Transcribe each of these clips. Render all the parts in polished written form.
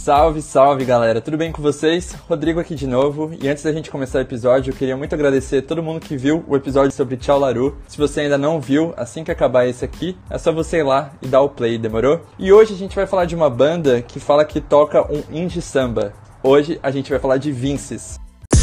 Salve, salve galera, tudo bem com vocês? Rodrigo aqui de novo, e antes da gente começar o episódio, eu queria muito agradecer a todo mundo que viu o episódio sobre Tchau Laru. Se você ainda não viu, assim que acabar esse aqui, é só você ir lá e dar o play, demorou? E hoje a gente vai falar de uma banda que fala que toca um indie samba. Hoje a gente vai falar de Vinces.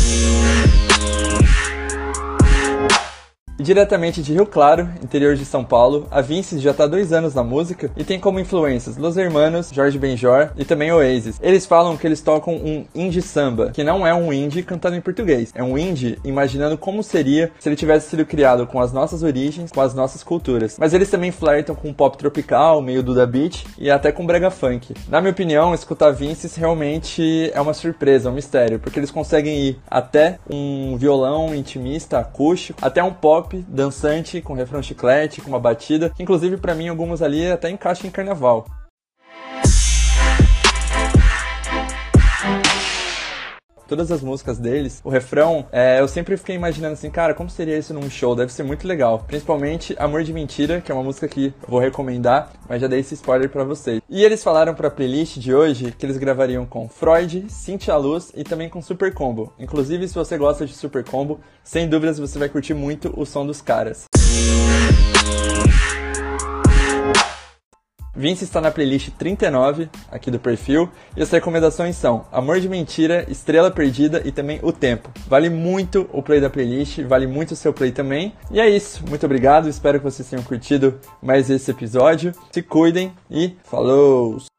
E diretamente de Rio Claro, interior de São Paulo, a Vinces já tá há 2 anos na música e tem como influências Los Hermanos, Jorge Benjor e também Oasis. Eles falam que eles tocam um indie samba, que não é um indie cantado em português, é um indie imaginando como seria se ele tivesse sido criado com as nossas origens, com as nossas culturas. Mas eles também flertam com pop tropical, meio Duda Beat e até com brega funk. Na minha opinião, escutar Vinces realmente é uma surpresa, um mistério, porque eles conseguem ir até um violão intimista, acústico, até um pop dançante, com refrão chiclete, com uma batida, que inclusive pra mim algumas ali até encaixam em carnaval. Todas as músicas deles, o refrão, eu sempre fiquei imaginando assim, cara, como seria isso num show? Deve ser muito legal. Principalmente Amor de Mentira, que é uma música que eu vou recomendar, mas já dei esse spoiler pra vocês. E eles falaram pra playlist de hoje que eles gravariam com Freud, Cintia Luz e também com Super Combo. Inclusive, se você gosta de Super Combo, sem dúvidas você vai curtir muito o som dos caras. Vince está na playlist 39, aqui do perfil, e as recomendações são Amor de Mentira, Estrela Perdida e também O Tempo. Vale muito o play da playlist, vale muito o seu play também. E é isso, muito obrigado, espero que vocês tenham curtido mais esse episódio. Se cuidem e falou!